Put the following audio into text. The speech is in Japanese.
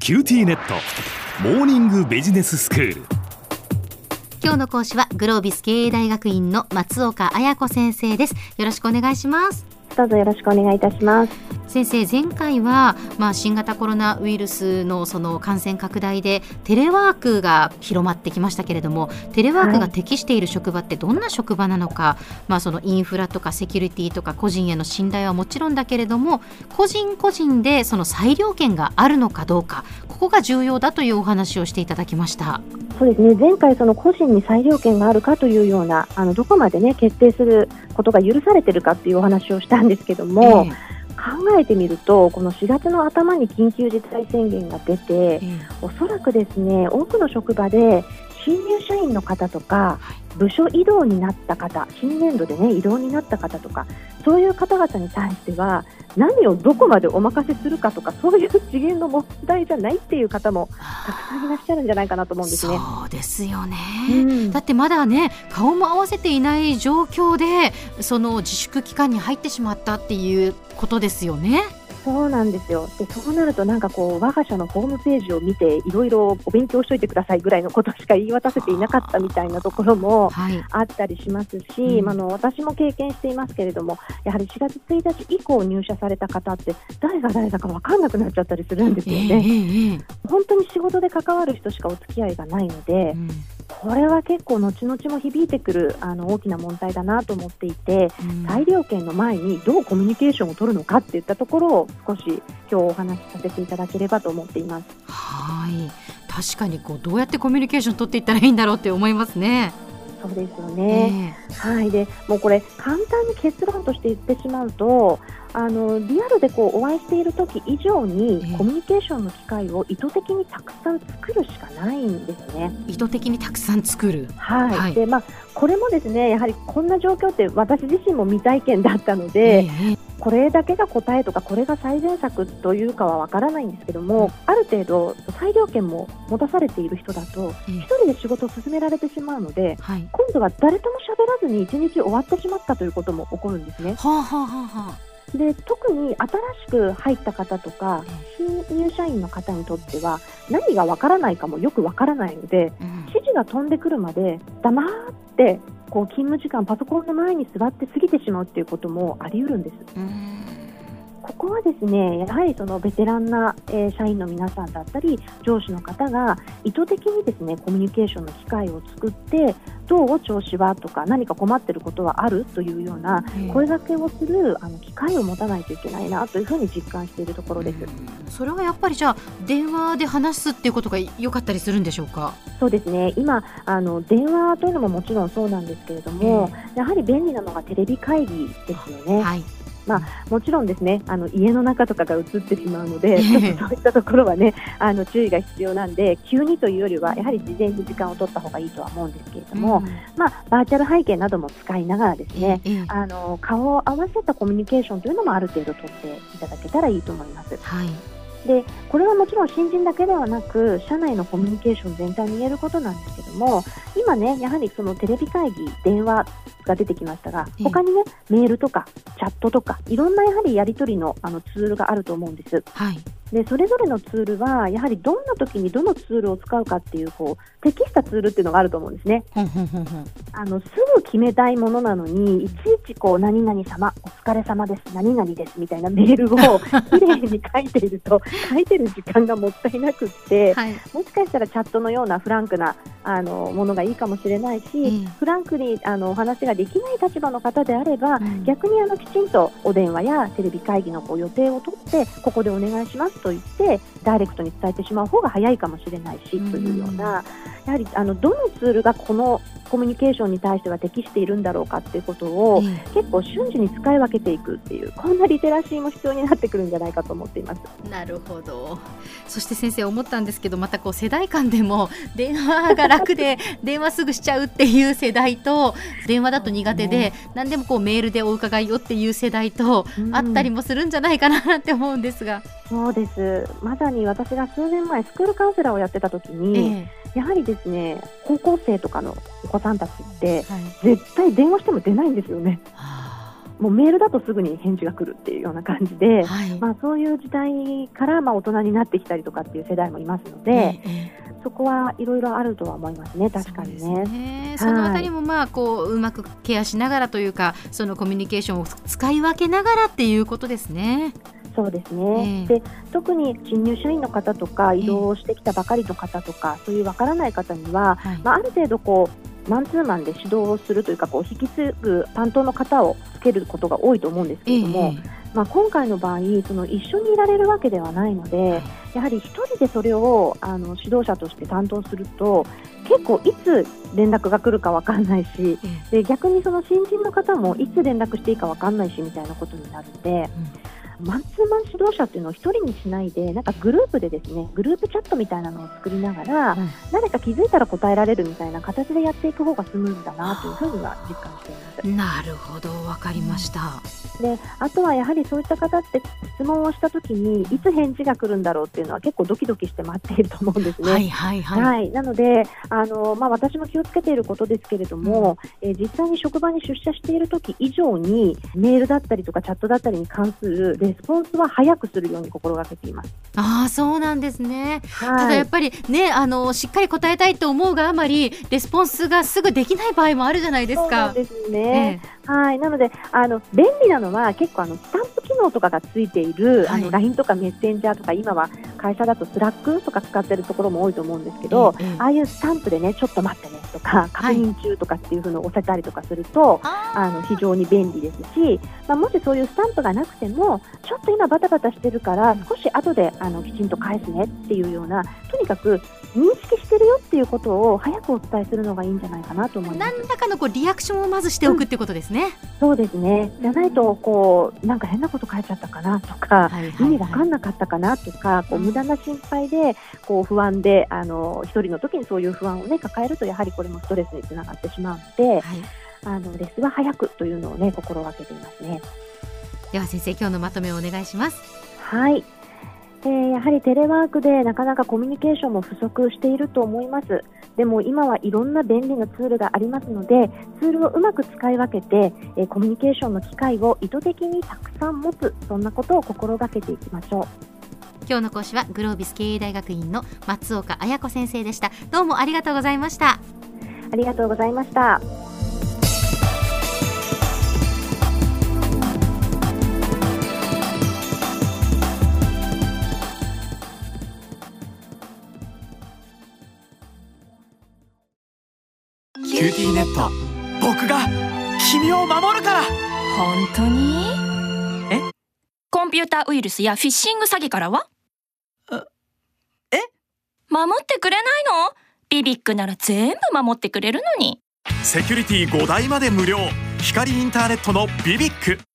キューティーネットモーニングビジネススクール。 今日の講師はグロービス経営大学院の松岡綾子先生です。よろしくお願いします。 どうぞよろしくお願いいたします。 先生、前回は、新型コロナウイルスのその感染拡大でテレワークが広まってきましたけれども、テレワークが適している職場ってどんな職場なのか、そのインフラとかセキュリティとか個人への信頼はもちろんだけれども、個人個人でその裁量権があるのかどうか、ここが重要だというお話をしていただきました。 そうですね、前回その個人に裁量権があるかというようなどこまで、決定することが許されているかというお話をしたんですけども、考えてみるとこの4月の頭に緊急事態宣言が出て、おそらくですね、多くの職場で新入社員の方とか部署異動になった方、新年度で異動になった方とか、そういう方々に対しては何をどこまでお任せするかとか、そういう次元の問題じゃないっていう方もたくさんいらっしゃるんじゃないかなと思うんですね。 そうですよね、だってまだ顔も合わせていない状況でその自粛期間に入ってしまったっていうことですよね。 そうなんですよ。で、そうなると我が社のホームページを見ていろいろお勉強しといてくださいぐらいのことしか言い渡せていなかったみたいなところもあったりしますし、私も経験していますけれども、やはり4月1日以降入社された方って誰が誰だか分かんなくなっちゃったりするんですよね。本当に仕事で関わる人しかお付き合いがないので、これは結構後々も響いてくる大きな問題だなと思っていて、裁量権の前にどうコミュニケーションを取るのかっていったところを少し今日お話しさせていただければと思っています。 はい、確かにどうやってコミュニケーション取っていったらいいんだろうって思いますね。 そうですよね、でもうこれ簡単に結論として言ってしまうと、リアルでお会いしている時以上にコミュニケーションの機会を意図的にたくさん作るしかないんですね。 意図的にたくさん作る、 でこれもですね、やはりこんな状況って私自身も未体験だったので、これだけが答えとかこれが最善策というかはわからないんですけども、ある程度裁量権も持たされている人だと一人で仕事を進められてしまうので、今度は誰とも喋らずに一日終わってしまったということも起こるんですね。で、特に新しく入った方とか新入社員の方にとっては何がわからないかもよくわからないので、指示が飛んでくるまで黙って勤務時間パソコンの前に座って過ぎてしまうっていうこともあり得るんです。ここはですね、やはりそのベテランな、社員の皆さんだったり上司の方が意図的にですね、コミュニケーションの機会を作って、どう調子はとか何か困っていることはあるというような声掛けをする機会を持たないといけないなというふうに実感しているところです。 それはやっぱりじゃあ電話で話すっていうことが良かったりするんでしょうか。 そうですね、今電話というのももちろんそうなんですけれども、やはり便利なのがテレビ会議ですよね。もちろんですね、家の中とかが映ってしまうので、ちょっとそういったところはね注意が必要なんで、急にというよりはやはり事前に時間を取った方がいいとは思うんですけれども、バーチャル背景なども使いながらですね、顔を合わせたコミュニケーションというのもある程度取っていただけたらいいと思います。で、これはもちろん新人だけではなく社内のコミュニケーション全体に言えることなんですけども、今ね、やはりそのテレビ会議、電話が出てきましたが、他にね、メールとかチャットとかいろんなやはりやり取りのツールがあると思うんです。で、それぞれのツールはやはりどんな時にどのツールを使うかっていう適したツールっていうのがあると思うんですね。すぐ決めたいものなのにいちいち何々様お疲れ様です何々ですみたいなメールをきれいに書いていると書いてる時間がもったいなくって、もしかしたらチャットのようなフランクなものがいいかもしれないし、フランクにお話ができない立場の方であれば、逆にきちんとお電話やテレビ会議の予定を取ってここでお願いしますと言ってダイレクトに伝えてしまう方が早いかもしれないし、というような、やはりどのツールがこのコミュニケーションに対しては適しているんだろうかっていうことを、結構瞬時に使い分けていくっていう、こんなリテラシーも必要になってくるんじゃないかと思っています。 なるほど。そして先生、思ったんですけど、また世代間でも電話が楽で電話すぐしちゃうっていう世代と、電話だと苦手で何でもメールでお伺いをっていう世代とあったりもするんじゃないかなって思うんですが。 そうです。まさに私が数年前スクールカウンセラーをやってた時に、やはりですね、高校生とかのお子さんたちって、絶対電話しても出ないんですよね。 もうメールだとすぐに返事が来るっていうような感じで、はい、そういう時代から大人になってきたりとかっていう世代もいますので、そこはいろいろあるとは思いますね。確かにね。 そのあたりもうまくケアしながらというか、そのコミュニケーションを使い分けながらっていうことですね。 そうですね、で特に新入社員の方とか移動してきたばかりの方とか、そういうわからない方には、ある程度マンツーマンで指導をするというか、引き継ぐ担当の方をつけることが多いと思うんですけれども、今回の場合一緒にいられるわけではないので、やはり一人でそれを指導者として担当すると、結構いつ連絡が来るか分かんないし、で逆にその新人の方もいつ連絡していいか分かんないしみたいなことになるので、マンツーマン指導者っていうのを一人にしないで、なんかグループでですね、グループチャットみたいなのを作りながら、誰か気づいたら答えられるみたいな形でやっていく方がスムーズだなというふうには実感しています。 なるほど、わかりました。 であとはやはりそういった方って質問をしたときにいつ返事が来るんだろうっていうのは結構ドキドキして待っていると思うんですね。なので私も気をつけていることですけれども、実際に職場に出社しているとき以上にメールだったりとかチャットだったりに関するレスポンスは早くするように心がけています。 そうなんですね。ただやっぱりね、しっかり答えたいと思うがあまりレスポンスがすぐできない場合もあるじゃないですか。 そうなんですね。なので便利なのは結構スタンプ機能とかがついている、LINE とかメッセンジャーとか、今は会社だとスラックとか使っているところも多いと思うんですけど、ああいうスタンプでね、ちょっと待ってねとか確認中とかっていう風のを押せたりとかすると、非常に便利ですし、もしそういうスタンプがなくても、ちょっと今バタバタしてるから少し後できちんと返すねっていうような、とにかく認識してるよっていうことを早くお伝えするのがいいんじゃないかなと思います。 何らかのリアクションをまずしておくってことですね。 そうですね。じゃないとなんか変なこと書いちゃったかなとか、意味わかんなかったかなとか、無駄な心配で不安で一人の時にそういう不安をね抱えると、やはりこれもストレスにつながってしまうので、レスは早くというのをね心がけていますね。 では先生、今日のまとめをお願いします。 はい。やはりテレワークでなかなかコミュニケーションも不足していると思います。でも今はいろんな便利なツールがありますので、ツールをうまく使い分けて、コミュニケーションの機会を意図的にたくさん持つ、そんなことを心がけていきましょう。 今日の講師はグロービス経営大学院の松岡綾子先生でした。どうもありがとうございました。 ありがとうございました。 キューティーネット、僕が君を守るから。 本当に？コンピューターウイルスやフィッシング詐欺からは？守ってくれないの？ビビックなら全部守ってくれるのに。 セキュリティ5台まで無料。光インターネットのビビック。